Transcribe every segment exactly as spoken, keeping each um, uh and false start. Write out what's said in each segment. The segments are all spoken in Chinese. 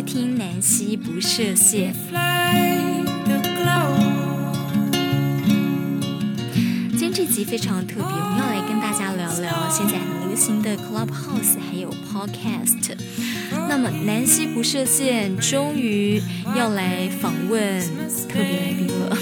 续听南希不设限。今天这集非常特别，我们要来跟大家聊聊现在很流行的 Clubhouse 还有 Podcast。那么南希不设限终于要来访问特别来宾了。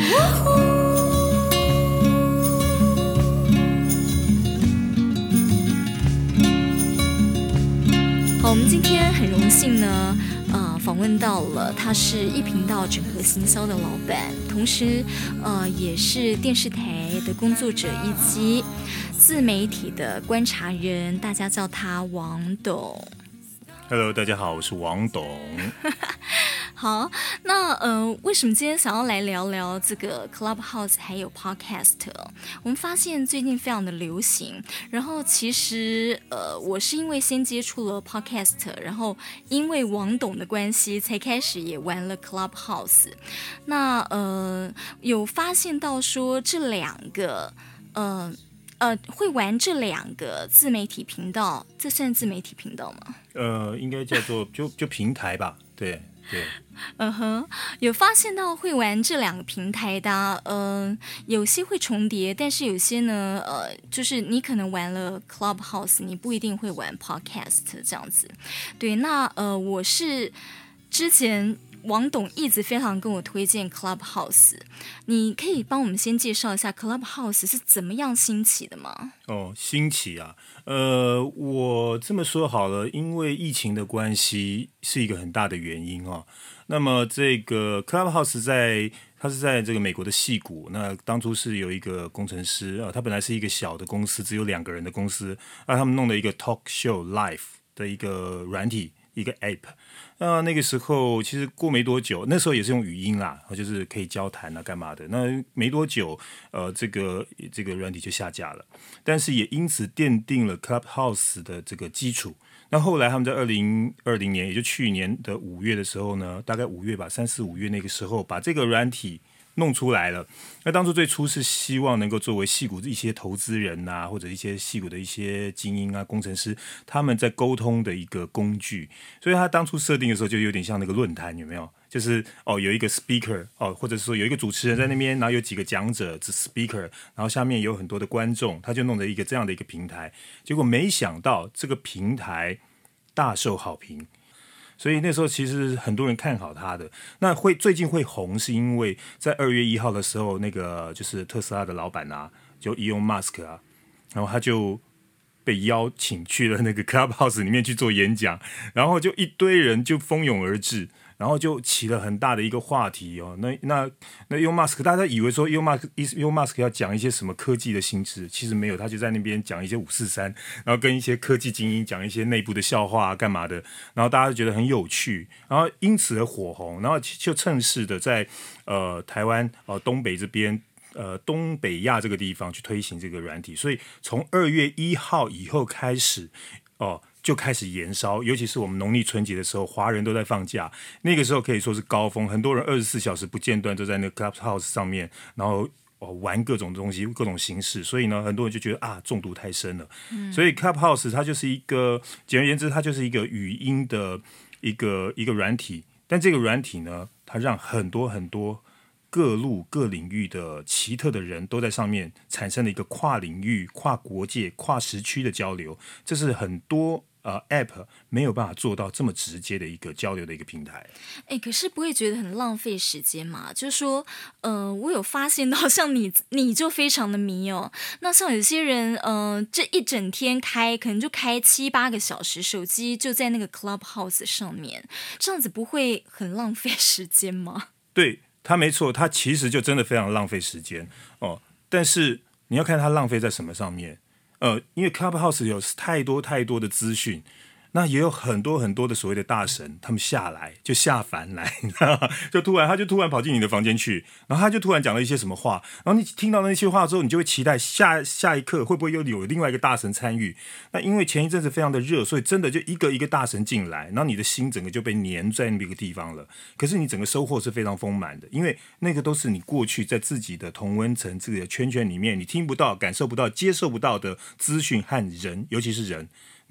好，我们今天很荣幸呢，呃，访问到了他是一频道整合行销的老板，同时呃也是电视台的工作者以及自媒体的观察人，大家叫他王董。 Hello， 大家好，我是王董。 好，那呃，为什么今天想要来聊聊这个 Clubhouse 还有 Podcast？ 我们发现最近非常的流行，然后其实呃，我是因为先接触了 Podcast， 然后因为王董的关系，才开始也玩了 Clubhouse。那呃，有发现到说这两个呃。呃，会玩这两个自媒体频道，这算自媒体频道吗？ 呃，应该叫做就就平台吧，对对。 嗯哼，有发现到会玩这两个平台的，嗯、呃，有些会重叠，但是有些呢，呃，就是你可能玩了 Clubhouse， 你不一定会玩 Podcast 这样子。对，那呃，我是之前。王董一直非常跟我推荐 Clubhouse， 你可以帮我们先介绍一下 Clubhouse 是怎么样兴起的吗？ 哦，兴起啊，呃，我这么说好了，因为疫情的关系是一个很大的原因哦。那么这个 Clubhouse 在它是在这个美国的矽谷，那当初是有一个工程师啊，他本来是一个小的公司，只有两个人的公司，啊，他们弄了一个 Talk Show Live 的一个软体。一个 app， 那那个时候其实过没多久，那时候也是用语音啦，就是可以交谈啊，干嘛的。那没多久，呃，这个这个软体就下架了，但是也因此奠定了 Clubhouse 的这个基础。那后来他们在二零二零年，也就去年的五月的时候呢，大概五月吧，三四五月那个时候，把这个软体弄出来了。那当初最初是希望能够作为矽谷的一些投资人啊，或者一些矽谷的一些精英啊、工程师，他们在沟通的一个工具。所以他当初设定的时候，就有点像那个论坛，有没有？就是哦，有一个 speaker 哦，或者是说有一个主持人在那边，然后有几个讲者，是 speaker， 然后下面有很多的观众，他就弄了一个这样的一个平台。结果没想到这个平台大受好评。所以那时候其实很多人看好他的，那会最近会红，是因为在二月一号的时候，那个就是特斯拉的老板啊，就 Elon Musk 啊，然后他就被邀请去了那个 Clubhouse 里面去做演讲，然后就一堆人就蜂拥而至，然后就起了很大的一个话题哦。那那那 Elon Musk， 大家以为说 Elon Musk Elon Musk 要讲一些什么科技的新知，其实没有，他就在那边讲一些五四三，然后跟一些科技精英讲一些内部的笑话啊，干嘛的，然后大家就觉得很有趣，然后因此而火红，然后就趁势的在呃台湾呃东北这边。呃，东北亚这个地方去推行这个软体，所以从二月一号以后开始，哦、呃，就开始延烧。尤其是我们农历春节的时候，华人都在放假，那个时候可以说是高峰，很多人二十四小时不间断都在那个 Clubhouse 上面，然后、哦、玩各种东西、各种形式，所以呢，很多人就觉得啊，中毒太深了。嗯、所以 Clubhouse 它就是一个，简而言之，它就是一个语音的一个一个软体，但这个软体呢，它让很多很多。各路各领域的奇特的人都在上面产生了一个跨领域、跨国界、跨时区的交流，这是很多呃 App 没有办法做到这么直接的一个交流的一个平台。 哎，可是不会觉得很浪费时间嘛？就是说，呃，我有发现到，像你，你就非常的迷哦。那像有些人，呃，这一整天开，可能就开七八个小时，手机就在那个 Clubhouse 上面，这样子不会很浪费时间吗？ 对。他没错，他其实就真的非常浪费时间哦。但是你要看他浪费在什么上面，呃，因为 Clubhouse 有太多太多的资讯，那也有很多很多的所谓的大神，他们下来就下凡来，就突然他就突然跑进你的房间去，然后他就突然讲了一些什么话，然后你听到那些话之后，你就会期待下下一刻会不会又有另外一个大神参与。那因为前一阵子非常的热，所以真的就一个一个大神进来，然后你的心整个就被黏在那个地方了。可是你整个收获是非常丰满的，因为那个都是你过去在自己的同温层、自己的圈圈里面，你听不到、感受不到、接受不到的资讯和人，尤其是人。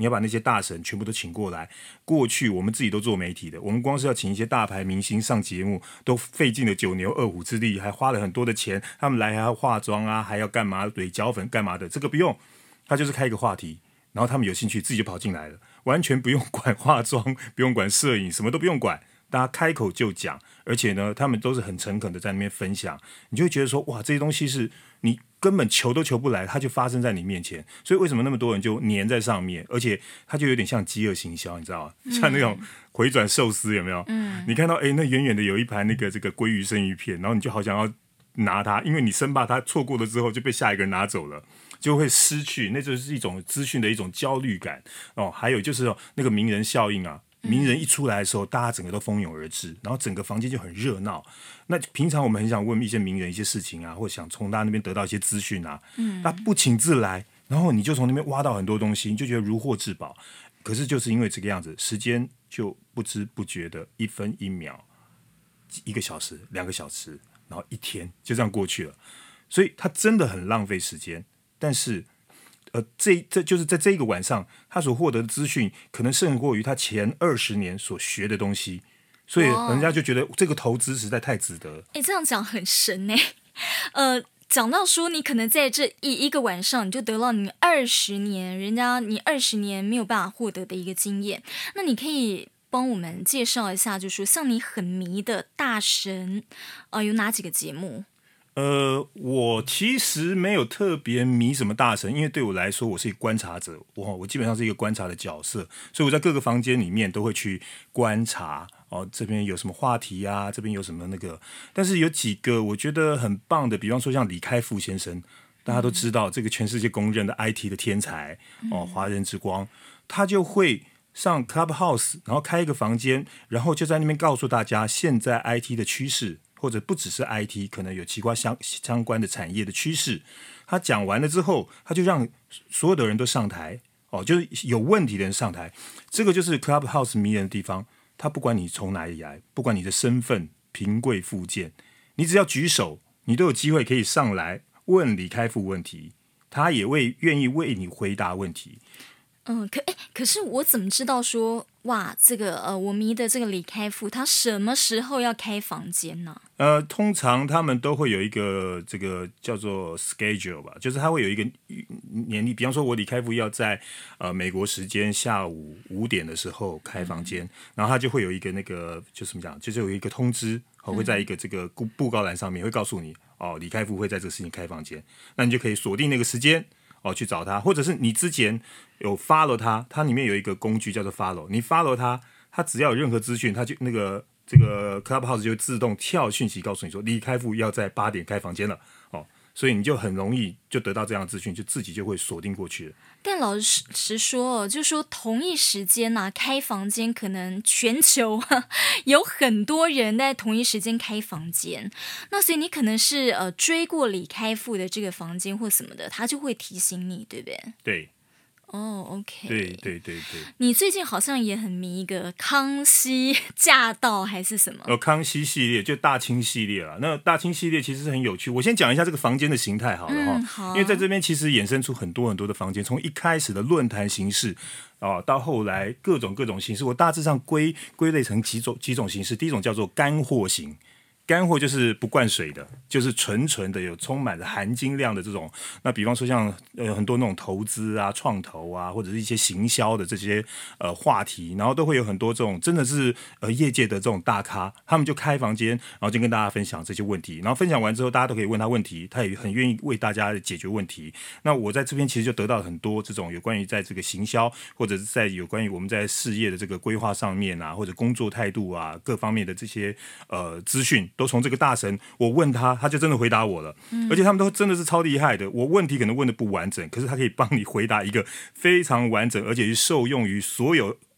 你要把那些大神全部都请过来。过去我们自己都做媒体的，我们光是要请一些大牌明星上节目，都费尽了九牛二虎之力，还花了很多的钱，他们来还要化妆啊，还要干嘛怼胶粉干嘛的，这个不用，他就是开一个话题，然后他们有兴趣自己就跑进来了，完全不用管化妆，不用管摄影，什么都不用管，大家开口就讲，而且呢，他们都是很诚恳的在那边分享，你就会觉得说，哇，这些东西是你根本求都求不来，它就发生在你面前。所以为什么那么多人就黏在上面，而且它就有点像饥饿行销，你知道吗？嗯、像那种回转寿司有没有？嗯，你看到哎，那远远的有一盘那个这个鲑鱼生鱼片，然后你就好想要拿它，因为你生怕它错过了之后就被下一个人拿走了。就会失去，那就是一种资讯的一种焦虑感哦。还有就是、哦、那个名人效应啊，名人一出来的时候，大家整个都蜂拥而至，然后整个房间就很热闹。那平常我们很想问一些名人一些事情啊，或者想从他那边得到一些资讯啊，嗯，他不请自来，然后你就从那边挖到很多东西，你就觉得如获至宝。可是就是因为这个样子，时间就不知不觉的一分一秒，一个小时、两个小时，然后一天就这样过去了。所以他真的很浪费时间。但是，呃，这这就是在这一个晚上，他所获得的资讯可能胜过于他前二十年所学的东西，所以人家就觉得这个投资实在太值得。 哎，这样讲很神哎，呃，讲到说你可能在这一一个晚上，你就得到你二十年人家你二十年没有办法获得的一个经验，那你可以帮我们介绍一下，就是说像你很迷的大神，呃，有哪几个节目？ 呃，我其实没有特别迷什么大神，因为对我来说，我是一个观察者，我我基本上是一个观察的角色，所以我在各个房间里面都会去观察哦，这边有什么话题啊，这边有什么那个，但是有几个我觉得很棒的，比方说像李开复先生，大家都知道、嗯、这个全世界公认的 I T 的天才哦，华人之光，他就会上 Clubhouse， 然后开一个房间，然后就在那边告诉大家现在 I T 的趋势。或者不只是 I T， 可能有其他 相, 相关的产业的趋势。他讲完了之后，他就让所有的人都上台，哦，就是有问题的人上台。这个就是 Clubhouse 迷人的地方。他不管你从哪里来，不管你的身份贫贵富贱，你只要举手，你都有机会可以上来问李开复问题，他也为愿意为你回答问题。 嗯，可哎，可是我怎么知道说哇，这个呃，我迷的这个李开复，他什么时候要开房间呢？ 呃，通常他们都会有一个这个叫做 schedule 吧，就是他会有一个年历，比方说我李开复要在呃美国时间下午五点的时候开房间，嗯、然后他就会有一个那个就怎么讲，就是有一个通知，哦，会在一个这个布告栏上面会告诉你哦，李开复会在这个时间开房间，那你就可以锁定那个时间。哦，去找他，或者是你之前有 follow 他，他里面有一个工具叫做 follow， 你 follow 他，他只要有任何资讯，他就那个这个 Clubhouse 就会自动跳讯息告诉你说李开复要在八点开房间了，哦，所以你就很容易就得到这样的资讯，就自己就会锁定过去了。 但老实说，就说同一时间啊，开房间可能全球有很多人在同一时间开房间，那所以你可能是呃追过李开复的这个房间或什么的，他就会提醒你，对不对？ 对。 哦、oh, ，OK， 对对对对， 你最近好像也很迷一个康熙驾到还是什么？ 哦，康熙系列就大清系列啦。那大清系列其实是很有趣。我先讲一下这个房间的形态好了哈、嗯，好，因为在这边其实衍生出很多很多的房间，从一开始的论坛形式哦，到后来各种各种形式，我大致上归归类成几种几种形式。第一种叫做干货型。干货就是不灌水的，就是纯纯的有充满了含金量的这种。那比方说像呃很多那种投资啊、创投啊，或者是一些行销的这些呃话题，然后都会有很多这种真的是呃业界的这种大咖，他们就开房间，然后就跟大家分享这些问题。然后分享完之后，大家都可以问他问题，他也很愿意为大家解决问题。那我在这边其实就得到很多这种有关于在这个行销，或者是在有关于我们在事业的这个规划上面啊，或者工作态度啊各方面的这些呃资讯。都从这个大神，我问他，他就真的回答我了、嗯，而且他们都真的是超厉害的。我问题可能问的不完整，可是他可以帮你回答一个非常完整，而且是受用于所有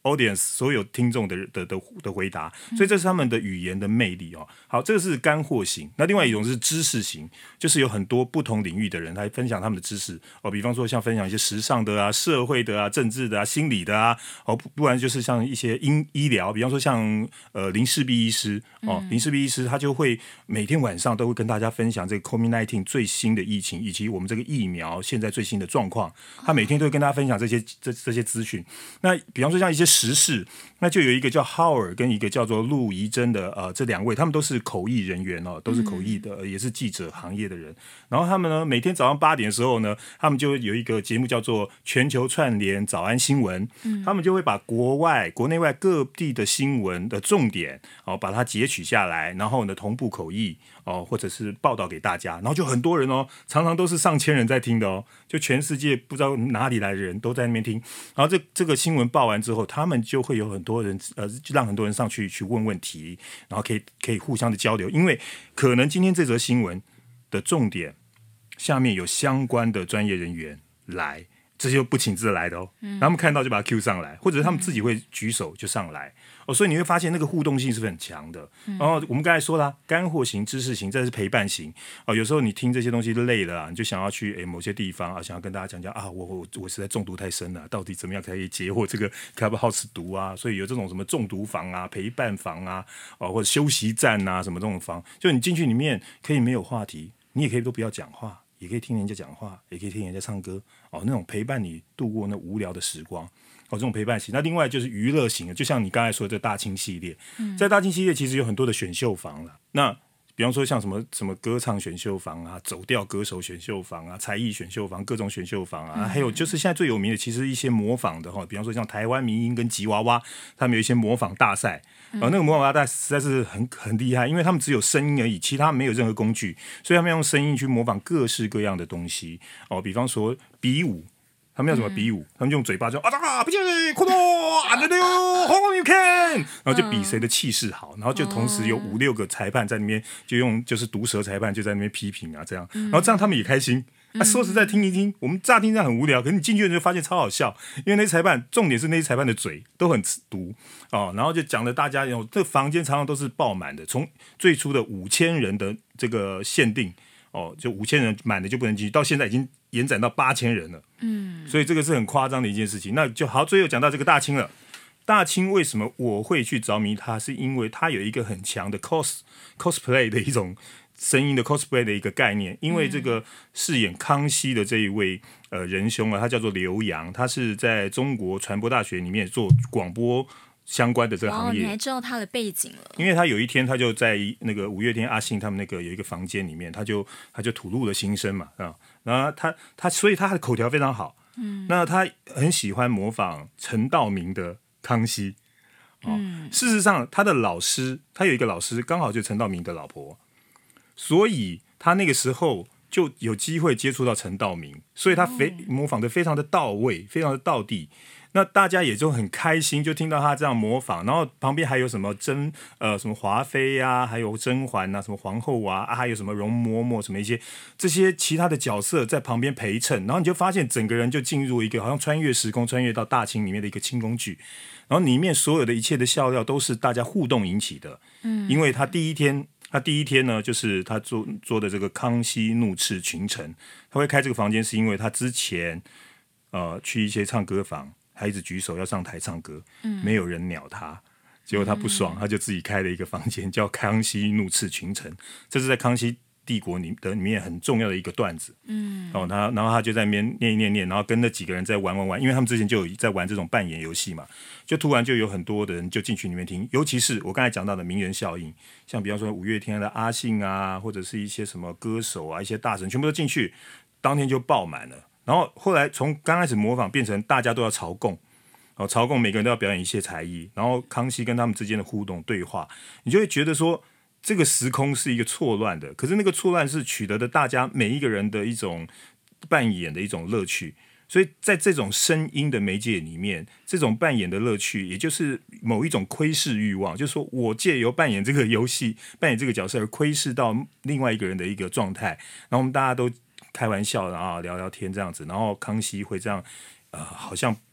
audience 所有听众的的的的回答，所以这是他们的语言的魅力哦。好，这个是干货型。那另外一种是知识型，就是有很多不同领域的人来分享他们的知识哦，比方说像分享一些时尚的啊、社会的啊、政治的啊、心理的啊，哦，不然就是像一些医医疗，比方说像呃林氏璧医师哦，林氏璧医师他就会每天晚上都会跟大家分享这个 COVID 十九 最新的疫情以及我们这个疫苗现在最新的状况，他每天都会跟大家分享这些这这些资讯。那比方说像一些时事，那就有一个叫浩尔跟一个叫做陆怡珍的呃这两位，他们都是口译人员哦，都是口译的，也是记者行业的人。然后他们呢，每天早上八点的时候呢，他们就有一个节目叫做全球串联早安新闻，他们就会把国外、国内外各地的新闻的重点哦，把它截取下来，然后呢同步口译哦，或者是报道给大家，然后就很多人哦，常常都是上千人在听的哦，就全世界不知道哪里来的人都在那边听。然后这这个新闻报完之后，他们就会有很多人呃，让很多人上去去问问题，然后可以可以互相的交流，因为可能今天这则新闻的重点下面有相关的专业人员来，这些不请自来的哦，嗯、他们看到就把它 Q 上来，或者是他们自己会举手就上来。哦，所以你会发现那个互动性是很强的。然后我们刚才说了，干货型、知识型，这是陪伴型。哦，有时候你听这些东西累了、啊，你就想要去诶某些地方啊，想要跟大家讲讲啊，我我我实在中毒太深了，到底怎么样可以解惑这个 Clubhouse 毒啊？所以有这种什么中毒房啊、陪伴房啊，哦或者休息站啊，什么这种房，就你进去里面可以没有话题，你也可以都不要讲话，也可以听人家讲话，也可以听人家唱歌。哦，那种陪伴你度过那无聊的时光。哦，这种陪伴型。那另外就是娱乐型的，就像你刚才说的大清系列，嗯、在大清系列其实有很多的选秀房了。那比方说像什么什么歌唱选秀房啊、走调歌手选秀房啊、才艺选秀房、各种选秀房啊，嗯、还有就是现在最有名的，其实一些模仿的哈，比方说像台湾民音跟吉娃娃，他们有一些模仿大赛，嗯、呃，那个模仿大赛实在是很很厉害，因为他们只有声音而已，其他没有任何工具，所以他们用声音去模仿各式各样的东西哦，比方说比舞。他们要怎么比舞？嗯、他们用嘴巴就啊哒，不见快乐啊溜溜，好 you can， 然后就比谁的气势好，然后就同时有五六个裁判在那边，就用就是毒舌裁判就在那边批评啊这样，然后这样他们也开心。啊，说实在听一听，我们乍听这样很无聊，可是你进去就发现超好笑，因为那些裁判，重点是那些裁判的嘴都很毒哦，然后就讲的大家有这个房间常常都是爆满的，从最初的五千人的这个限定。哦，就五千人满的就不能进去，到现在已经延展到八千人了。嗯，所以这个是很夸张的一件事情。那就好，最后讲到这个大清了。大清为什么我会去着迷它？是因为它有一个很强的 cos cosplay 的一种声音的 cosplay 的一个概念。因为这个饰演康熙的这一位呃仁兄啊，他叫做刘洋，他是在中国传播大学里面做广播相关的这个行业。 哦，你还知道他的背景了？ 因为他有一天他就在那个五月天阿信他们那个有一个房间里面，他就他就吐露了心声嘛啊，然后他他所以他的口条非常好，嗯，那他很喜欢模仿陈道明的康熙，哦，嗯，事实上他的老师他有一个老师刚好就是陈道明的老婆，所以他那个时候就有机会接触到陈道明，所以他非模仿的非常的到位，非常的道地。那大家也就很开心，就听到他这样模仿，然后旁边还有什么甄呃什么华妃啊，还有甄嬛啊，什么皇后啊，啊还有什么容嬷嬷什么一些这些其他的角色在旁边陪衬，然后你就发现整个人就进入一个好像穿越时空，穿越到大清里面的一个清宫剧，然后里面所有的一切的笑料都是大家互动引起的，嗯，因为他第一天。他第一天呢，就是他做做的这个康熙怒斥群臣，他会开这个房间，是因为他之前呃去一些唱歌房，他一直举手要上台唱歌，嗯、没有人鸟他，结果他不爽，嗯、他就自己开了一个房间，叫康熙怒斥群臣，这是在康熙帝国里的里面很重要的一个段子，嗯，哦，他然后他就在那边念一念念，然后跟那几个人在玩玩玩，因为他们之前就有在玩这种扮演游戏嘛，就突然就有很多的人就进去里面听，尤其是我刚才讲到的名人效应，像比方说五月天的阿信啊，或者是一些什么歌手啊，一些大神全部都进去，当天就爆满了。然后后来从刚开始模仿变成大家都要朝贡，哦，朝贡每个人都要表演一些才艺，然后康熙跟他们之间的互动对话，你就会觉得说。这个时空是一个错乱的，可是那个错乱是取得的大家每一个人的一种扮演的一种乐趣，所以在这种声音的媒介里面，这种扮演的乐趣，也就是某一种窥视欲望，就是说我借由扮演这个游戏、扮演这个角色而窥视到另外一个人的一个状态，然后我们大家都开玩笑啊聊聊天这样子，然后康熙会这样，呃，好像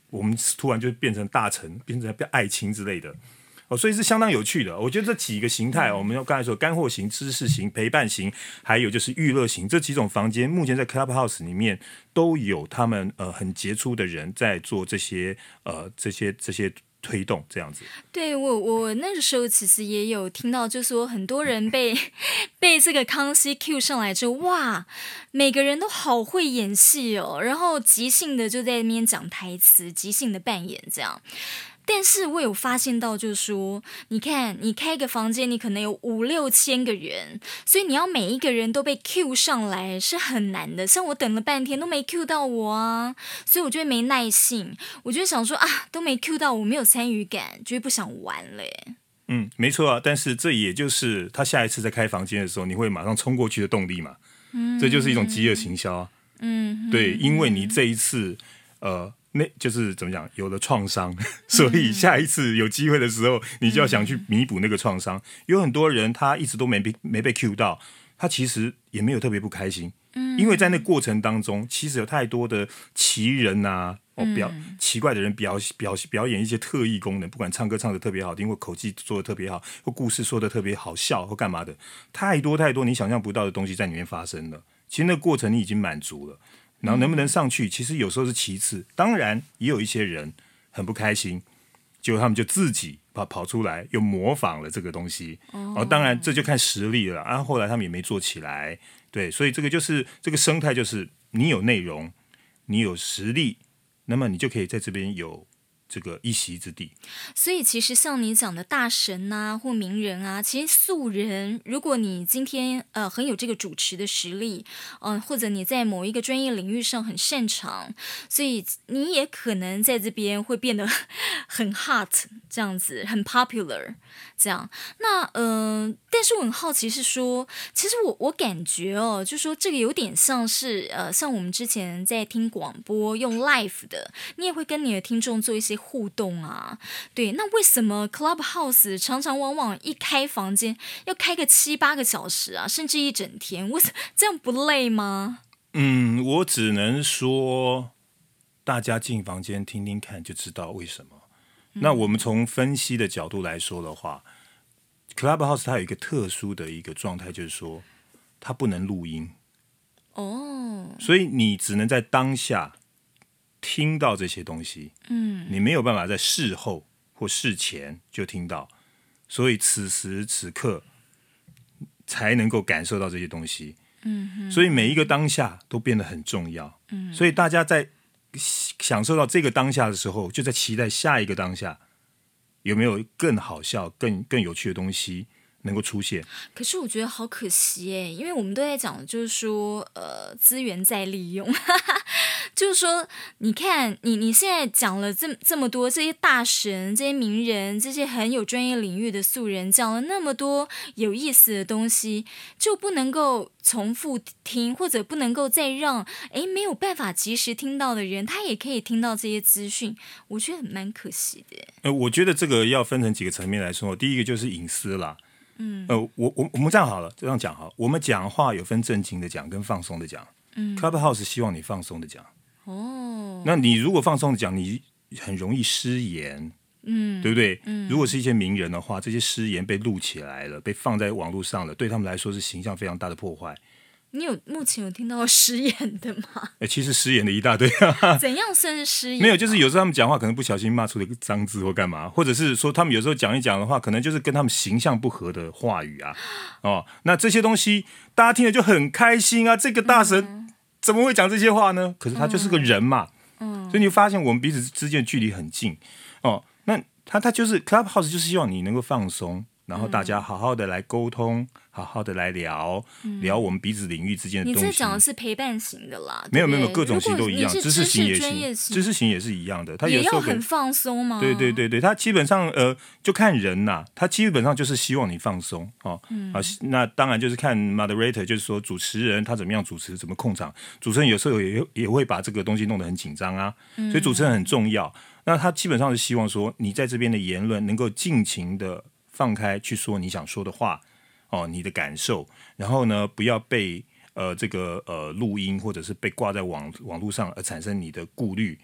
我们突然就变成大臣，变成爱卿之类的。哦，所以是相当有趣的。我觉得这几个形态，我们要刚才说干货型、知识型、陪伴型，还有就是娱乐型，这几种房间，目前在 Clubhouse 里面都有他们呃很杰出的人在做这些呃这些这些推动，这样子。 对，我我那个时候其实也有听到，就说很多人被被这个康熙 Q 上来之后，哇，每个人都好会演戏哦，然后即兴的就在那边讲台词，即兴的扮演这样。但是我有发现到，就是说，你看，你开个房间，你可能有五六千个人，所以你要每一个人都被 Q 上来是很难的。像我等了半天都没 Q 到我啊，所以我就会没耐性，我就想说啊，都没 Q 到我，没有参与感，就会不想玩了耶。 嗯，没错啊，但是这也就是他下一次在开房间的时候，你会马上冲过去的动力嘛。嗯，这就是一种饥饿行销啊。嗯，对，因为你这一次，呃。那就是怎么讲，有了创伤，所以下一次有机会的时候，你就要想去弥补那个创伤。有很多人他一直都没被没被 cue 到，他其实也没有特别不开心，因为在那过程当中，其实有太多的奇人啊，哦表奇怪的人表表表演一些特异功能，不管唱歌唱得特别好听，或口技做得特别好，或故事说得特别好笑，或干嘛的，太多太多你想象不到的东西在里面发生了。其实那个过程你已经满足了。然后能不能上去，其实有时候是其次。当然，也有一些人很不开心，结果他们就自己跑跑出来，又模仿了这个东西。哦，然后当然这就看实力了。啊，后来他们也没做起来。对，所以这个就是这个生态，就是你有内容，你有实力，那么你就可以在这边有这个一席之地。 所以其实像你讲的大神啊或名人啊，其实素人，如果你今天呃很有这个主持的实力，嗯、呃，或者你在某一个专业领域上很擅长，所以你也可能在这边会变得很 hot 这样子，很 popular 这样。那嗯、呃，但是我很好奇是说，其实我我感觉哦，就说这个有点像是呃，像我们之前在听广播用 live 的，你也会跟你的听众做一些互动啊，对，那为什么 Clubhouse 常常往往一开房间要开个七八个小时啊，甚至一整天？为什这样不累吗？ 嗯，我只能说，大家进房间听听看就知道为什么。嗯、那我们从分析的角度来说的话 ，Clubhouse 它有一个特殊的一个状态，就是说它不能录音。哦，所以你只能在当下听到这些东西，嗯，你没有办法在事后或事前就听到，所以此时此刻才能够感受到这些东西，嗯，所以每一个当下都变得很重要，嗯，所以大家在享受到这个当下的时候，就在期待下一个当下有没有更好笑、更更有趣的东西能够出现。 可是我觉得好可惜耶，因为我们都在讲，就是说，呃，资源再利用，就是说，你看，你你现在讲了这这么多这些大神、这些名人、这些很有专业领域的素人，讲了那么多有意思的东西，就不能够重复听，或者不能够再让诶没有办法及时听到的人，他也可以听到这些资讯，我觉得蛮可惜的。 呃，我觉得这个要分成几个层面来说，第一个就是隐私啦。嗯，呃，我我我们这样好了，这样讲好，我们讲话有分正经的讲跟放松的讲。嗯 ，Clubhouse 希望你放松的讲。哦，那你如果放松的讲，你很容易失言。嗯，对不对？嗯，如果是一些名人的话，这些失言被录起来了，被放在网络上了，对他们来说是形象非常大的破坏。 你有目前有听到失言的吗？ 哎，其实失言的一大堆啊。 怎样算是失言？ 没有，就是有时候他们讲话可能不小心骂出了一个脏字或干嘛，或者是说他们有时候讲一讲的话，可能就是跟他们形象不合的话语啊。哦，那这些东西大家听了就很开心啊。这个大神怎么会讲这些话呢？可是他就是个人嘛。嗯，所以你会发现我们彼此之间的距离很近。哦，那他他就是 Clubhouse 就是希望你能够放松。然后大家好好的来沟通，好好的来聊、嗯、聊我们彼此领域之间的东西。 你这讲的是陪伴型的啦， 没有没有各种型都一样，知识型也行，知识型也是一样的。他有时候也要很放松吗？ 对对对对，他基本上呃就看人呐、啊，他基本上就是希望你放松哦、嗯、啊，那当然就是看 moderator， 就是说主持人他怎么样主持，怎么控场。主持人有时候也也会把这个东西弄得很紧张啊，所以主持人很重要。那他基本上是希望说你在这边的言论能够尽情的放开去说你想说的话哦，你的感受，然后呢，不要被呃这个呃录音或者是被挂在网网络上而产生你的顾虑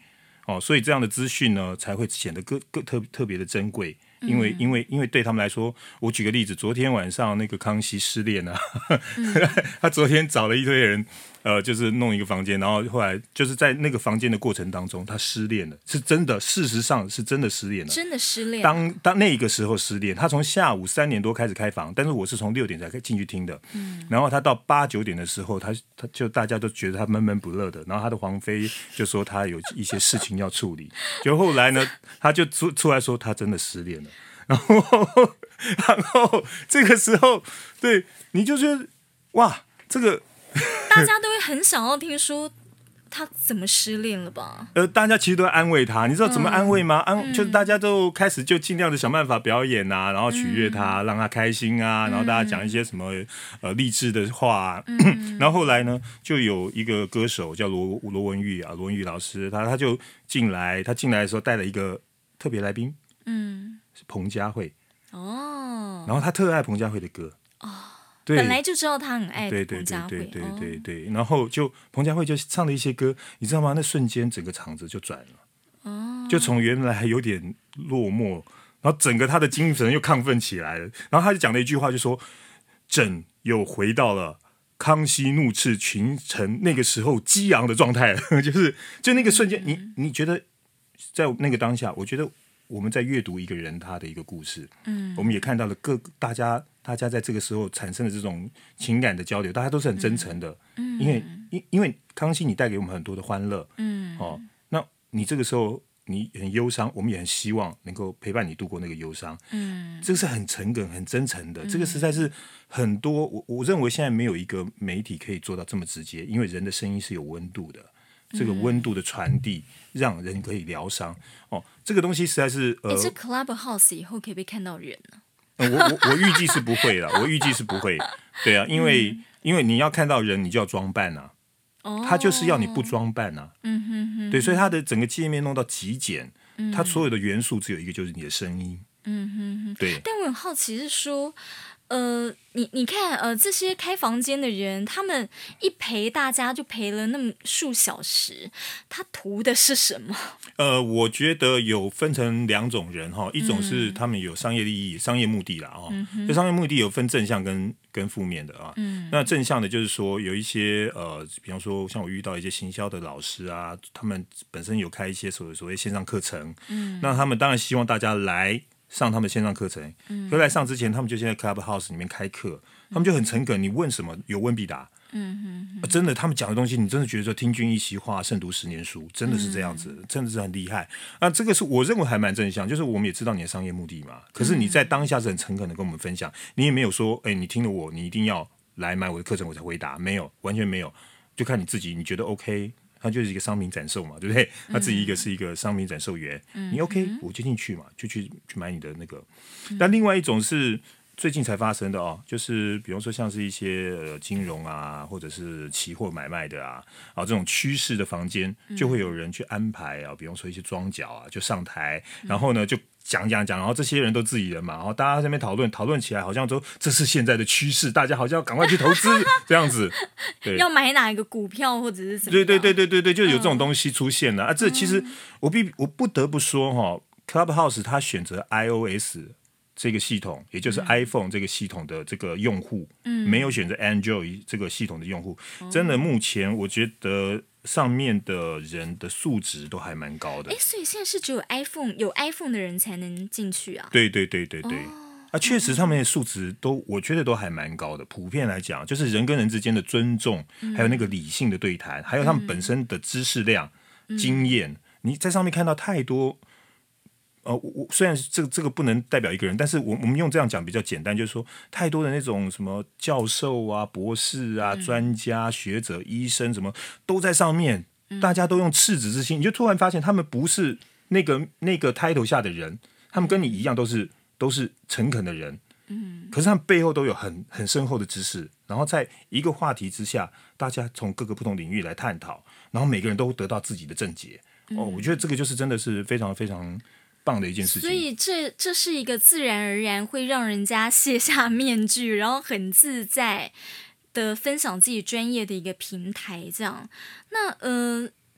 哦，所以这样的资讯呢才会显得更更特特别的珍贵。因为因为因为对他们来说，我举个例子，昨天晚上那个康熙失恋啊，嗯、他昨天找了一堆人，呃，就是弄一个房间，然后后来就是在那个房间的过程当中，他失恋了，是真的，事实上是真的失恋了， 真的失恋。 当当那个时候失恋，他从下午三点多开始开房，但是我是从六点才进去听的，嗯，然后他到八九点的时候，他他就大家都觉得他闷闷不乐的，然后他的皇妃就说他有一些事情要处理，就后来呢，他就出出来说他真的失恋了。然后，然后这个时候，对，你就觉得哇，这个大家都会很想要听说他怎么失恋了吧？ 呃，大家其实都在安慰他，你知道怎么安慰吗？嗯、安就是大家都开始就尽量的想办法表演啊，然后取悦他，嗯、让他开心啊，然后大家讲一些什么呃励志的话、啊嗯，然后后来呢，就有一个歌手叫罗罗文玉啊，罗文玉老师，他他就进来，他进来的时候带了一个特别来宾，嗯。是彭佳慧哦，然后他特爱彭佳慧的歌哦，对， 本来就知道他很爱彭佳慧， 对对对对对对、哦、然后就彭佳慧就唱了一些歌，你知道吗？那瞬间整个场子就转了哦，就从原来有点落寞，然后整个他的精神又亢奋起来了，然后他就讲了一句话，就说朕又回到了康熙怒斥群臣那个时候激昂的状态了，就是就那个瞬间，你你觉得在那个当下，我觉得。我们在阅读一个人他的一个故事，嗯，我们也看到了各大家大家在这个时候产生的这种情感的交流，大家都是很真诚的，嗯，因为因因为康熙你带给我们很多的欢乐，嗯，哦，那你这个时候你很忧伤，我们也很希望能够陪伴你度过那个忧伤，嗯，这个是很诚恳很真诚的，这个实在是很多我我认为现在没有一个媒体可以做到这么直接，因为人的声音是有温度的。这个温度的传递，让人可以疗伤哦。这个东西实在是呃，这 Clubhouse 以后可以被看到人呢、 呃？我我我预计是不会了，我预计是不会。对啊，因为、嗯、因为你要看到人，你就要装扮啊。哦，他就是要你不装扮啊。嗯哼哼。对，所以他的整个界面弄到极简，嗯、他所有的元素只有一个，就是你的声音。嗯哼哼。对。 但我很好奇是说。呃，你你看，呃，这些开房间的人，他们一陪大家就陪了那么数小时，他图的是什么？ 呃，我觉得有分成两种人哈，一种是他们有商业利益、嗯、商业目的啦哈。这、嗯、商业目的有分正向跟跟负面的啊。嗯。那正向的就是说有一些呃，比方说像我遇到一些行销的老师啊，他们本身有开一些所谓所谓线上课程，嗯，那他们当然希望大家来。上他们线上课程，嗯，可来上之前，他们就先在 Clubhouse 里面开课，他们就很诚恳，你问什么有问必答，嗯哼哼、啊，真的，他们讲的东西，你真的觉得说听君一席话，胜读十年书，真的是这样子，嗯、真的是很厉害。那这个是我认为还蛮正向，就是我们也知道你的商业目的嘛，可是你在当下是很诚恳的跟我们分享，你也没有说，哎，你听了我，你一定要来买我的课程我才回答，没有，完全没有，就看你自己，你觉得 OK。他就是一个商品展售嘛，对不对？他自己一个是一个商品展售员，嗯、你 OK，、嗯、我就进去嘛，就去去买你的那个。嗯、但另外一种是最近才发生的哦，就是比如说像是一些、呃、金融啊，或者是期货买卖的啊，啊这种趋势的房间，就会有人去安排啊，比方说一些庄脚啊，就上台，然后呢就。讲讲讲，然后这些人都自己人嘛，然后大家在那边讨论，讨论起来好像说这是现在的趋势，大家好像要赶快去投资这样子，对， 要买哪一个股票或者是什么？ 对对对对对对，就有这种东西出现了、嗯、啊！这其实我必我不得不说哈、哦、，Clubhouse 它选择 iOS 这个系统，也就是 iPhone 这个系统的这个用户，嗯，没有选择 Android 这个系统的用户，嗯、真的目前我觉得。上面的人的素质都还蛮高的， 哎，所以现在是只有 iPhone 有 iPhone 的人才能进去啊？ 对对对对对，哦、啊，确实上面的素质都，我觉得都还蛮高的。普遍来讲，就是人跟人之间的尊重，嗯、还有那个理性的对谈，还有他们本身的知识量、嗯、经验，你在上面看到太多。呃，我虽然这个这个不能代表一个人，但是我我们用这样讲比较简单，就是说太多的那种什么教授啊、博士啊、嗯、专家、学者、医生什么都在上面，嗯、大家都用赤子之心，你就突然发现他们不是那个那个 title 下的人，他们跟你一样都是都是诚恳的人，嗯，可是他们背后都有很很深厚的知识，然后在一个话题之下，大家从各个不同领域来探讨，然后每个人都得到自己的正解。嗯、哦，我觉得这个就是真的是非常非常。棒的一件事情， 所以这这是一个自然而然会让人家卸下面具，然后很自在的分享自己专业的一个平台。这样，那呃，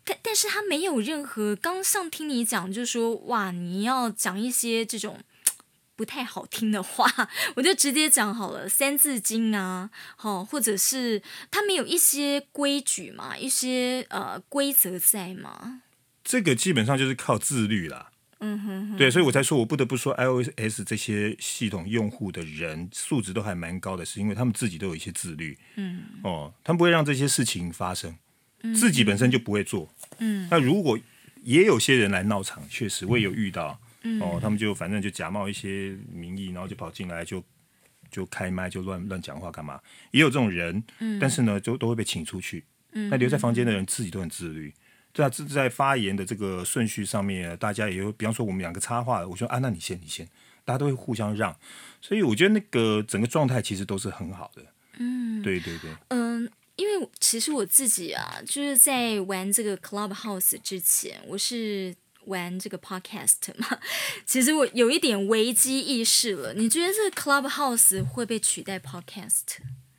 但但是他没有任何，刚像听你讲，就是说哇，你要讲一些这种不太好听的话，我就直接讲好了，《三字经》啊，好、哦，或者是他们有一些规矩嘛，一些呃规则在嘛。 这个基本上就是靠自律啦。 嗯哼哼， 对，所以我才说，我不得不说 iOS 这些系统用户的人素质都还蛮高的，是因为他们自己都有一些自律。嗯，哦，他们不会让这些事情发生，嗯、自己本身就不会做。嗯，那如果也有些人来闹场，确实我也有遇到。嗯，哦，他们就反正就假冒一些名义，然后就跑进来就就开麦就乱乱讲话干嘛？也有这种人，嗯、但是呢，就都会被请出去。嗯，那留在房间的人自己都很自律。在在发言的这个顺序上面，大家也有，比方说我们两个插话，我说啊，那你先，你先，大家都会互相让，所以我觉得那个整个状态其实都是很好的。嗯，对对对， 嗯、呃，因为其实我自己啊，就是在玩这个 Clubhouse 之前，我是玩这个 Podcast 嘛，其实我有一点危机意识了。你觉得这个 Clubhouse 会被取代 Podcast？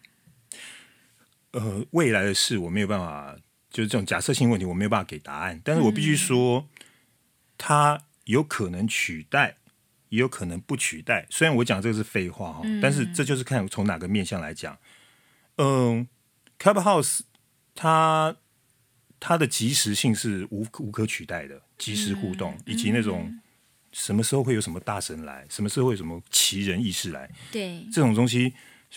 呃，未来的事我没有办法。就是这种假设性问题，我没有办法给答案。但是我必须说，嗯、它有可能取代，也有可能不取代。虽然我讲这个是废话哈，嗯、但是这就是看从哪个面向来讲。嗯 ，Clubhouse 它它的即时性是无无可取代的，即时互动、嗯、以及那种什么时候会有什么大神来，什么时候会有什么奇人异事来， 对这种东西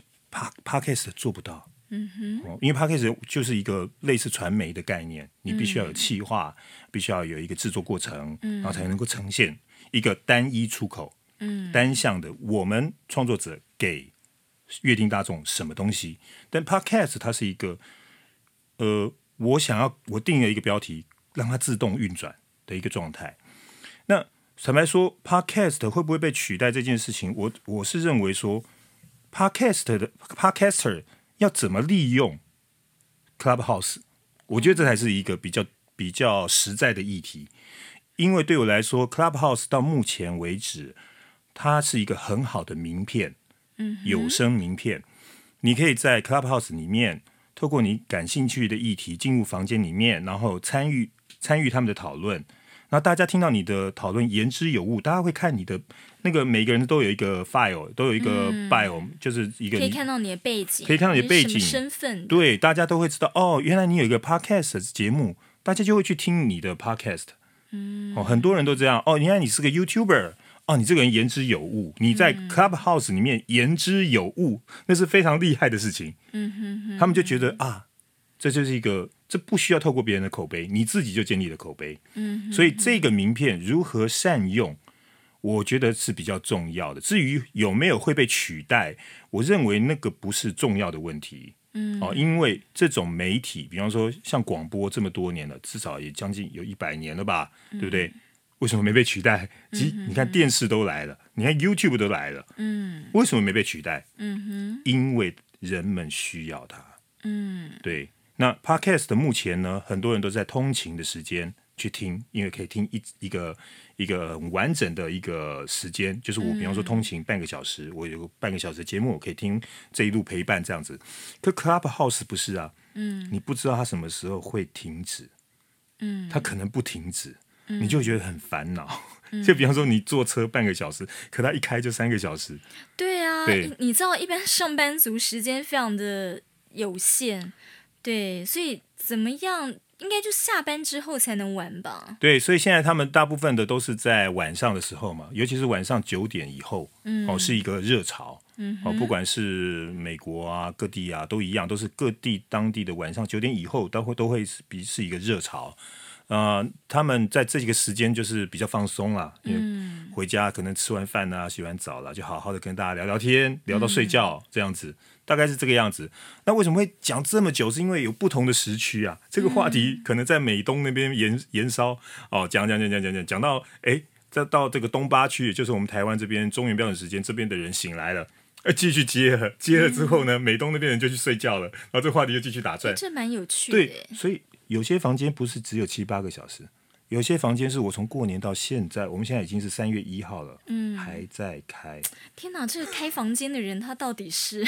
，Podcast 做不到。嗯哼，因为 Podcast 就是一个类似传媒的概念，你必须要有企划，嗯、必须要有一个制作过程，嗯、然后才能够呈现一个单一出口，嗯、单向的我们创作者给乐听大众什么东西。但 Podcast 它是一个，呃，我想要我定了一个标题，让它自动运转的一个状态。那坦白说 ，Podcast 会不会被取代这件事情，我我是认为说 ，Podcast 的 Podcaster。要怎么利用 Clubhouse？ 我觉得这才是一个比较比较实在的议题。因为对我来说 ，Clubhouse 到目前为止，它是一个很好的名片，嗯、有声名片。你可以在 Clubhouse 里面，透过你感兴趣的议题进入房间里面，然后参与参与他们的讨论。然后大家听到你的讨论言之有物，大家会看你的那个每个人都有一个 file， 都有一个 bio，、嗯、就是一个可以看到你的背景， 可以看到你的背景身份， 对，大家都会知道哦，原来你有一个 podcast 的节目，大家就会去听你的 podcast。嗯，哦，很多人都这样哦，原来你是个 YouTuber， 哦，你这个人言之有物，你在 Clubhouse 里面言之有物，那是非常厉害的事情。嗯哼哼，他们就觉得啊，这就是一个。这不需要透过别人的口碑，你自己就建立了口碑。嗯，所以这个名片如何善用，我觉得是比较重要的。至于有没有会被取代，我认为那个不是重要的问题。嗯，哦，因为这种媒体，比方说像广播这么多年了，至少也将近有一百年了吧，嗯、对不对？为什么没被取代？其实你看电视都来了，你看 YouTube 都来了，嗯，为什么没被取代？嗯哼，因为人们需要它。嗯，对。那 Podcast 目前呢，很多人都在通勤的时间去听，因为可以听一一个一个很完整的一个时间，就是我比方说通勤半个小时，嗯、我有半个小时的节目，我可以听这一路陪伴这样子。可 Clubhouse 不是啊，嗯，你不知道它什么时候会停止，嗯，它可能不停止，嗯、你就会觉得很烦恼。嗯、就比方说你坐车半个小时，可它一开就三个小时。 对啊，对，你知道一般上班族时间非常的有限。对，所以怎么样，应该就下班之后才能玩吧？对， 所以现在他们大部分的都是在晚上的时候嘛，尤其是晚上九点以后，嗯，哦，是一个热潮，嗯，哦，不管是美国啊、各地啊都一样，都是各地当地的晚上九点以后都会都会比是一个热潮。呃，他们在这个时间就是比较放松啦，因为回家可能吃完饭啊、洗完澡啦，就好好的跟大家聊聊天，聊到睡觉、嗯、这样子。大概是这个样子。那为什么会讲这么久？是因为有不同的时区啊。这个话题可能在美东那边延延烧哦，讲讲讲讲讲讲讲到哎，再到这个东八区，就是我们台湾这边中原标准时间这边的人醒来了，呃，继续接了，接了之后呢，美东那边人就去睡觉了，然后这个话题就继续打转。 这蛮有趣的。 对，所以有些房间不是只有七八个小时。有些房间是我从过年到现在，我们现在已经是三月一号了，嗯，还在开。 天哪，这个开房间的人他到底是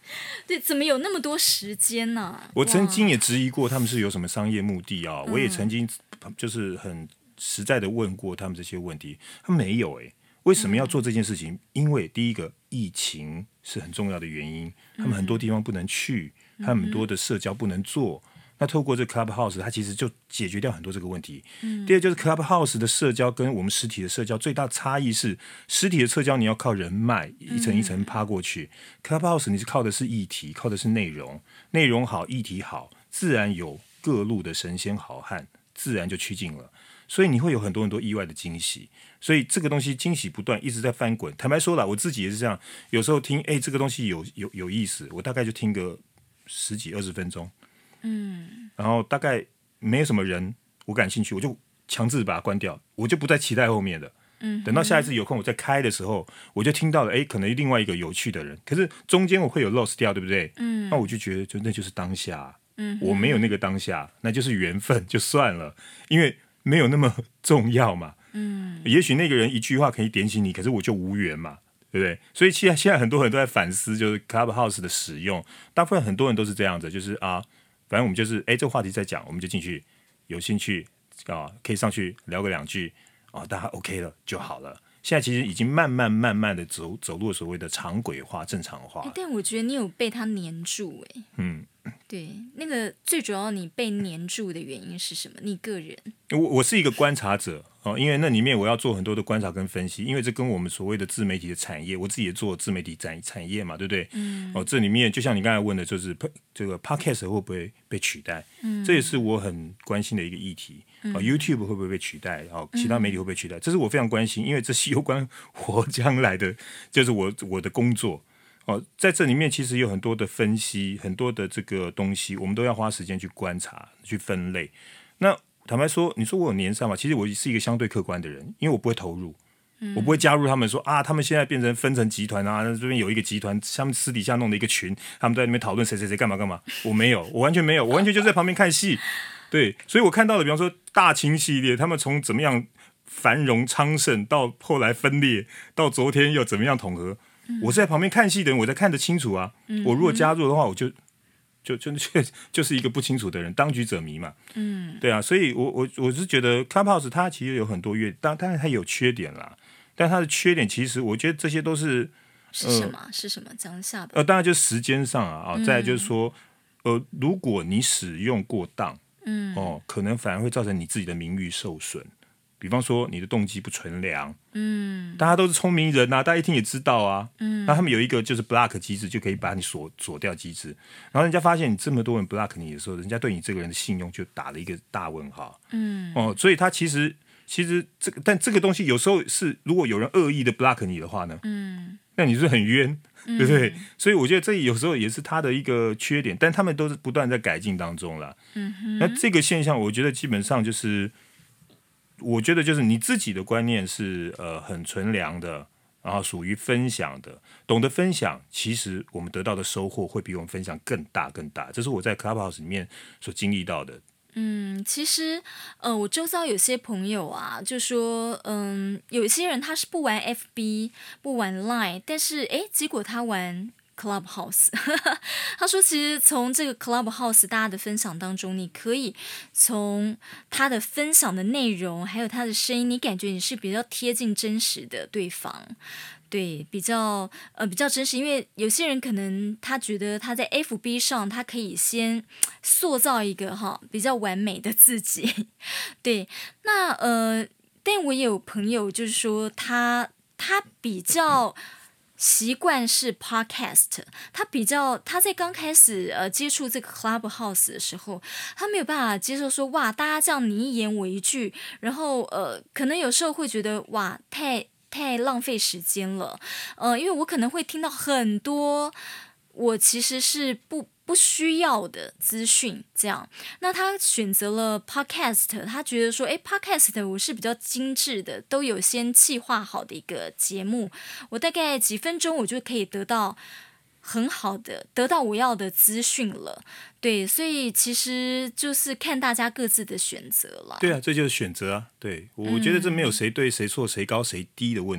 对，怎么有那么多时间呢、啊？ 我曾经也质疑过他们是有什么商业目的啊， 嗯、 我也曾经就是很实在的问过他们这些问题，他们没有哎、欸，为什么要做这件事情？嗯、因为第一个疫情是很重要的原因，他们很多地方不能去，嗯、他们很多的社交不能做。那透过这 Clubhouse， 它其实就解决掉很多这个问题。嗯、第二就是 Clubhouse 的社交跟我们实体的社交最大差异是，实体的社交你要靠人脉一层一层趴过去、嗯、，Clubhouse 你是靠的是议题，靠的是内容，内容好，议题好，自然有各路的神仙好汉，自然就趋近了。所以你会有很多很多意外的惊喜。所以这个东西惊喜不断，一直在翻滚。坦白说啦，我自己也是这样，有时候听，哎，这个东西有有有意思，我大概就听个十几二十分钟。嗯，然后大概没有什么人我感兴趣，我就强制把它关掉，我就不再期待后面的。嗯，等到下一次有空我再开的时候，我就听到了，哎，可能另外一个有趣的人，可是中间我会有 lost 掉，对不对？嗯，那我就觉得就那就是当下，嗯，我没有那个当下，那就是缘分，就算了，因为没有那么重要嘛。嗯，也许那个人一句话可以点醒你，可是我就无缘嘛。对不对？所以现在现在很多人都在反思，就是 Clubhouse 的使用，大部分很多人都是这样子，就是啊，反正我们就是哎，这个话题在讲，我们就进去，有兴趣啊，可以上去聊个两句啊，大家 OK 了就好了。现在其实已经慢慢慢慢的走走入所谓的常轨化、正常化。 但我觉得你有被它黏住哎。嗯，对，那个最主要你被黏住的原因是什么？你个人？ 我我是一个观察者哦，因为那里面我要做很多的观察跟分析，因为这跟我们所谓的自媒体的产业，我自己也做自媒体产产业嘛，对不对？嗯。哦，这里面就像你刚才问的，就是这个 Podcast 会不会被取代？嗯，这也是我很关心的一个议题。嗯、哦 ，YouTube 会不会被取代？哦，其他媒体会不会取代？嗯、这是我非常关心，因为这是有关我将来的，就是我我的工作。哦，在这里面其实有很多的分析，很多的这个东西，我们都要花时间去观察、去分类。那坦白说，你说我有黏上吗？其实我是一个相对客观的人，因为我不会投入，嗯、我不会加入他们说啊，他们现在变成分成集团啊，这边有一个集团，他们私底下弄的一个群，他们在那边讨论谁谁谁干嘛干嘛。我没有，我完全没有，我完全就在旁边看戏。对，所以我看到的，比方说大清系列，他们从怎么样繁荣昌盛，到后来分裂，到昨天又怎么样统合。我是在旁边看戏的人，我才看得清楚啊。嗯、我如果加入的话，我就就就就就是一个不清楚的人，当局者迷嘛。嗯，对啊，所以我我我是觉得 Clubhouse 它其实有很多优点，当当然它有缺点啦。但它的缺点其实我觉得这些都是是什么？呃、是什么？讲一下吧。 呃，当然就是时间上啊，啊，再来就是说，呃，如果你使用过当，嗯，哦，可能反而会造成你自己的名誉受损。比方说你的动机不纯良，嗯，大家都是聪明人啊，大家一听也知道啊，嗯，那他们有一个就是 block 机制，就可以把你锁锁掉机制，然后人家发现你这么多人 block 你的时候，人家对你这个人的信用就打了一个大问号，嗯，哦，所以他其实其实这个，但这个东西有时候是如果有人恶意的 block 你的话呢，嗯，那你是很冤，对不对？嗯、所以我觉得这有时候也是他的一个缺点，但他们都是不断在改进当中啦，嗯哼，那这个现象我觉得基本上就是。我觉得就是你自己的观念是呃很纯良的，然后属于分享的，懂得分享，其实我们得到的收获会比我们分享更大更大。这是我在 Clubhouse 里面所经历到的。 嗯，其实呃，我周遭有些朋友啊，就说嗯，有些人他是不玩 F B 不玩 Line， 但是哎，结果他玩Clubhouse 他说其实从这个 Clubhouse 大家的分享当中，你可以从他的分享的内容还有他的声音，你感觉你是比较贴近真实的对方，对，比较呃比较真实。因为有些人可能他觉得他在 F B 上他可以先塑造一个哈比较完美的自己，对，那呃但我也有朋友就是说他他比较习惯是 podcast， 他比较他在刚开始呃接触这个 Clubhouse 的时候，他没有办法接受说哇，大家这样你一言我一句，然后呃可能有时候会觉得哇太太浪费时间了，呃因为我可能会听到很多我其实是不不需要的资讯，这样，那他选择了 podcast， 他觉得说，哎 ，podcast 我是比较精致的，都有先企划好的一个节目，我大概几分钟我就可以得到很好的，得到我要的资讯了，对，所以其实就是看大家各自的选择了。 对啊，这就是选择啊，对，我觉得这没有谁对谁错谁高谁低的问题。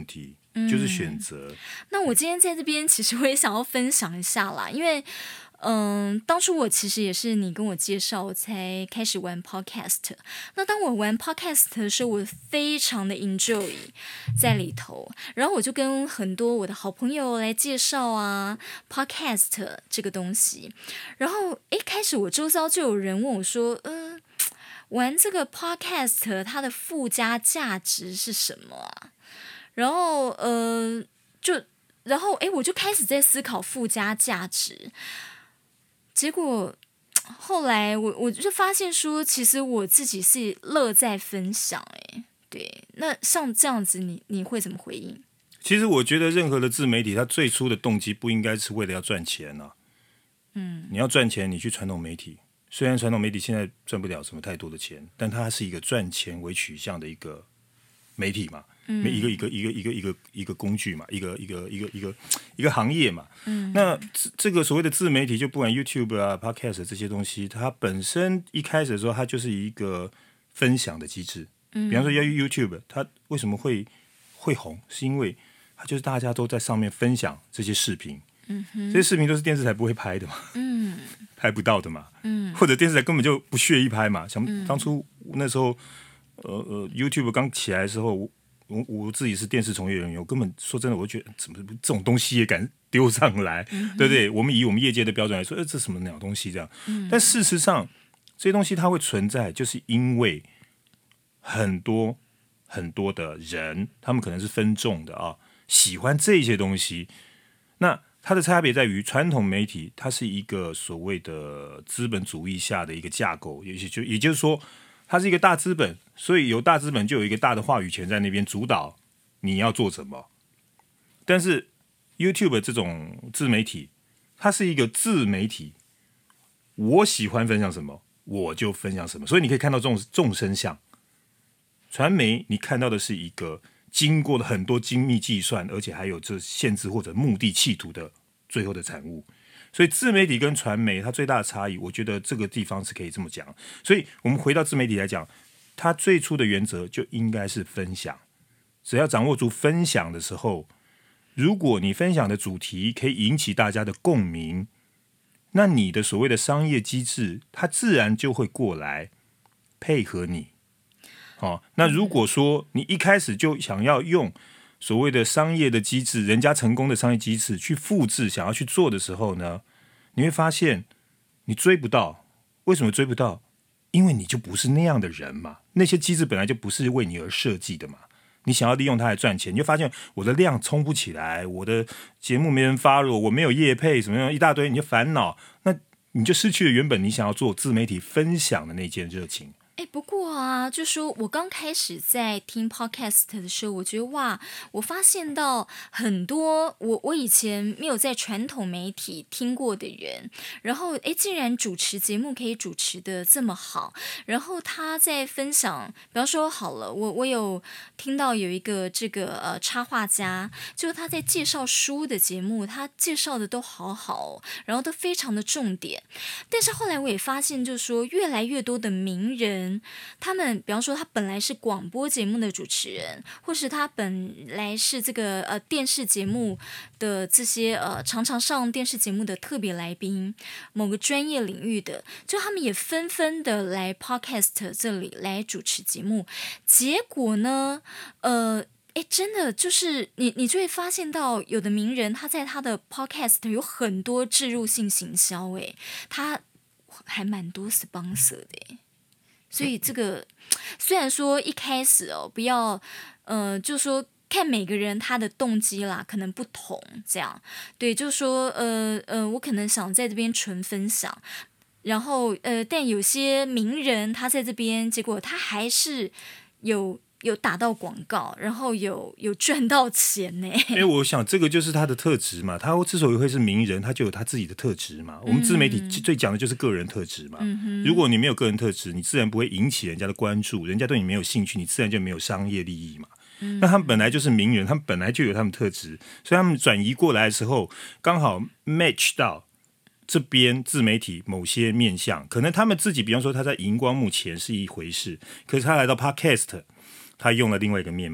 就是选择。 嗯、那我今天在这边，其实我也想要分享一下啦，因为。嗯，当初我其实也是你跟我介绍，我才开始玩 podcast。那当我玩 podcast 的时候，我非常的 enjoy 在里头，然后我就跟很多我的好朋友来介绍啊 podcast 这个东西。然后一开始我周遭就有人问我说：“嗯、呃，玩这个 podcast 它的附加价值是什么啊？”然后呃，就然后哎，我就开始在思考附加价值。结果后来我我就发现说，其实我自己是乐在分享，哎，对。那像这样子你，你你会怎么回应？ 其实我觉得任何的自媒体，它最初的动机不应该是为了要赚钱啊。嗯，你要赚钱，你去传统媒体，虽然传统媒体现在赚不了什么太多的钱，但它是一个赚钱为取向的一个媒体嘛。嗯、一个一个一个一个一个一个工具嘛，一个一个一个一个一个行业嘛。嗯，那这个所谓的自媒体，就不管 YouTube 啊、Podcast 这些东西，它本身一开始的时候，它就是一个分享的机制。嗯，比方说要 YouTube， 它为什么会会红，是因为它就是大家都在上面分享这些视频。嗯哼，这些视频都是电视台不会拍的嘛。嗯，拍不到的嘛。嗯，或者电视台根本就不屑一拍嘛。像当初那时候，呃呃 ，YouTube 刚起来的时候，我。我, 我自己是电视从业人员，我根本说真的，我觉得怎么这种东西也敢丢上来，嗯、对不对？我们以我们业界的标准来说，呃，这什么鸟东西这样？嗯、但事实上，这些东西它会存在，就是因为很多很多的人，他们可能是分众的啊，喜欢这些东西。那它的差别在于，传统媒体它是一个所谓的资本主义下的一个架构，也就也就是说。它是一个大资本，所以有大资本就有一个大的话语权在那边主导你要做什么。但是 YouTube 这种自媒体，它是一个自媒体，我喜欢分享什么我就分享什么，所以你可以看到这种众生相。传媒你看到的是一个经过了很多精密计算，而且还有这限制或者目的企图的最后的产物。所以自媒体跟传媒它最大的差异，我觉得这个地方是可以这么讲。所以我们回到自媒体来讲，它最初的原则就应该是分享。只要掌握住分享的时候，如果你分享的主题可以引起大家的共鸣，那你的所谓的商业机制，它自然就会过来配合你。哦，那如果说你一开始就想要用所谓的商业的机制，人家成功的商业机制去复制，想要去做的时候呢，你会发现你追不到。为什么追不到？因为你就不是那样的人嘛。那些机制本来就不是为你而设计的嘛。你想要利用它来赚钱，你就发现我的量冲不起来，我的节目没人发了，我没有业配，什么样一大堆，你就烦恼，那你就失去了原本你想要做自媒体分享的那件热情。 哎，不过啊，就说我刚开始在听 podcast 的时候，我觉得哇，我发现到很多我我以前没有在传统媒体听过的人，然后哎，竟然主持节目可以主持的这么好，然后他在分享，比方说好了，我我有听到有一个这个呃插画家，就是他在介绍书的节目，他介绍的都好好，然后都非常的重点，但是后来我也发现，就是说越来越多的名人。他们比方说他本来是广播节目的主持人，或是他本来是这个呃电视节目的这些呃常常上电视节目的特别来宾，某个专业领域的，就他们也纷纷的来 podcast 这里来主持节目。结果呢，呃哎，真的就是你，你就会发现到有的名人他在他的 podcast 有很多置入性行销，哎，他还蛮多 sponsor 的，哎。所以这个虽然说一开始哦，不要呃，就说看每个人他的动机啦，可能不同，这样对，就是说呃呃，我可能想在这边纯分享，然后呃，但有些名人他在这边，结果他还是有。有打到广告，然后有有赚到钱呢。 因为我想这个就是他的特质嘛，他之所以会是名人，他就有他自己的特质嘛。我们自媒体最讲的就是个人特质嘛。嗯、如果你没有个人特质，你自然不会引起人家的关注，人家对你没有兴趣，你自然就没有商业利益嘛。嗯、那他们本来就是名人，他们本来就有他们特质，所以他们转移过来的时候，刚好 match 到这边自媒体某些面向，可能他们自己，比方说他在荧光幕前是一回事，可是他来到 podcast。他用了另外一个面貌，可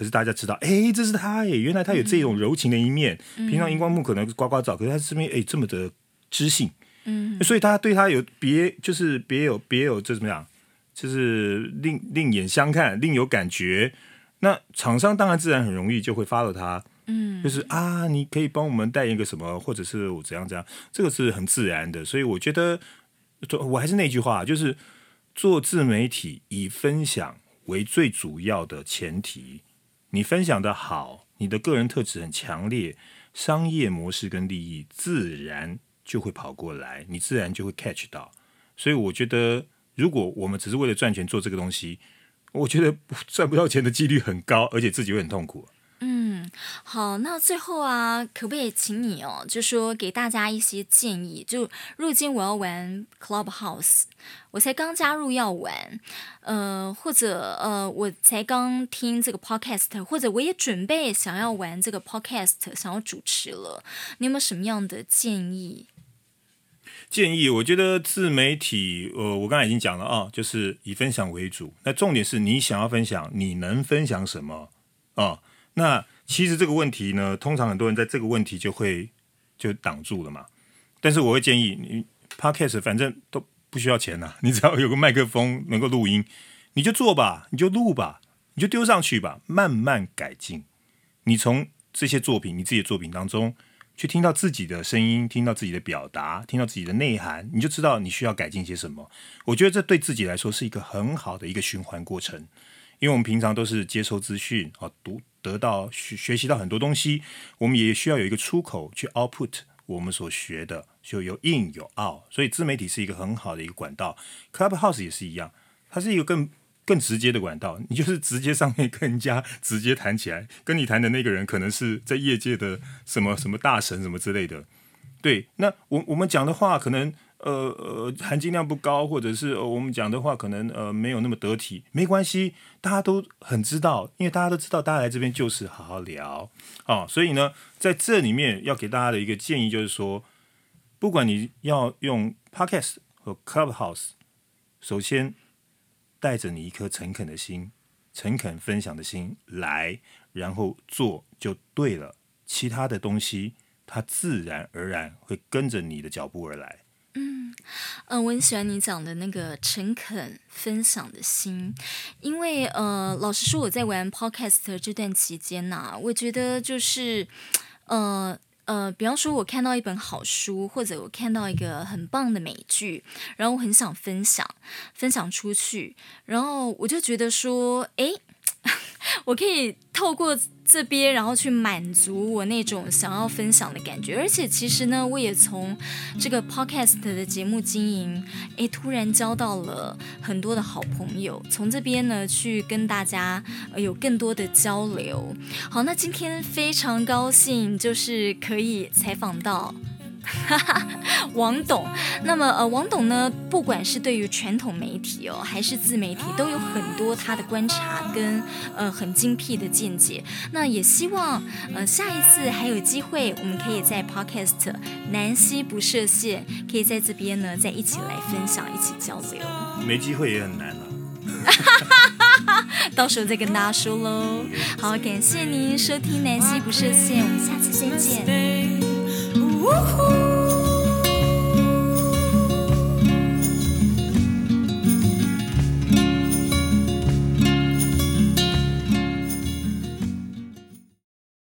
可是大家知道，哎，这是他哎，原来他有这种柔情的一面。嗯、平常荧光幕可能呱呱噪，可是他这边哎这么的知性，嗯，所以他对他有别就是别有别有这怎么样，就是另另眼相看，另有感觉。那厂商当然自然很容易就会 follow 他，嗯，就是啊，你可以帮我们代言个什么，或者是我怎样怎样，这个是很自然的。所以我觉得，我还是那句话，就是做自媒体以分享为最主要的前提。你分享的好，你的个人特质很强烈，商业模式跟利益自然就会跑过来，你自然就会 catch 到。所以我觉得，如果我们只是为了赚钱做这个东西，我觉得赚不到钱的几率很高，而且自己会很痛苦。 嗯，好，那最后啊，可不可以请你哦，就说给大家一些建议？就如今我要玩 Clubhouse， 我才刚加入要玩，呃，或者呃，我才刚听这个 podcast， 或者我也准备想要玩这个 podcast， 想要主持了，你有没有什么样的建议？ 建议，我觉得自媒体，呃，我刚才已经讲了啊，就是以分享为主。那重点是你想要分享，你能分享什么啊？那其实这个问题呢，通常很多人在这个问题就会就挡住了嘛。但是我会建议你 ，podcast 反正都不需要钱呐、啊，你只要有个麦克风能够录音，你就做吧，你就录吧，你就丢上去吧，慢慢改进。你从这些作品，你自己的作品当中，去听到自己的声音，听到自己的表达，听到自己的内涵，你就知道你需要改进些什么。我觉得这对自己来说是一个很好的一个循环过程，因为我们平常都是接收资讯啊，读得到学学习到很多东西，我们也需要有一个出口去 output 我们所学的，就有 in 有 out， 所以自媒体是一个很好的一个管道。Clubhouse 也是一样，它是一个更更直接的管道，你就是直接上面跟人家直接谈起来，跟你谈的那个人可能是在业界的什么什么大神什么之类的。对，那我我们讲的话可能呃呃含金量不高，或者是、呃、我们讲的话可能呃没有那么得体，没关系，大家都很知道，因为大家都知道，大家来这边就是好好聊啊、哦。所以呢，在这里面要给大家的一个建议就是说，不管你要用 Podcast 和 Clubhouse， 首先带着你一颗诚恳的心，诚恳分享的心来，然后做就对了，其他的东西它自然而然会跟着你的脚步而来。 嗯，呃，我很喜欢你讲的那个诚恳分享的心，因为呃，老实说我在玩 podcast 这段期间呐、啊，我觉得就是呃呃，比方说我看到一本好书，或者我看到一个很棒的美剧，然后我很想分享分享出去，然后我就觉得说，诶，我可以透过这边，然后去满足我那种想要分享的感觉。而且其实呢，我也从这个 podcast 的节目经营，诶，突然交到了很多的好朋友，从这边呢去跟大家、呃、有更多的交流。好，那今天非常高兴，就是可以采访到王董。那么呃，王董呢，不管是对于传统媒体哦，还是自媒体，都有很多他的观察跟呃很精辟的见解。那也希望呃下一次还有机会，我们可以在 Podcast 南希不设限，可以在这边呢再一起来分享，一起交流。 没机会也很难了、 啊，到时候再跟大家说喽。好，感谢您收听南希不设限，我们下次再见。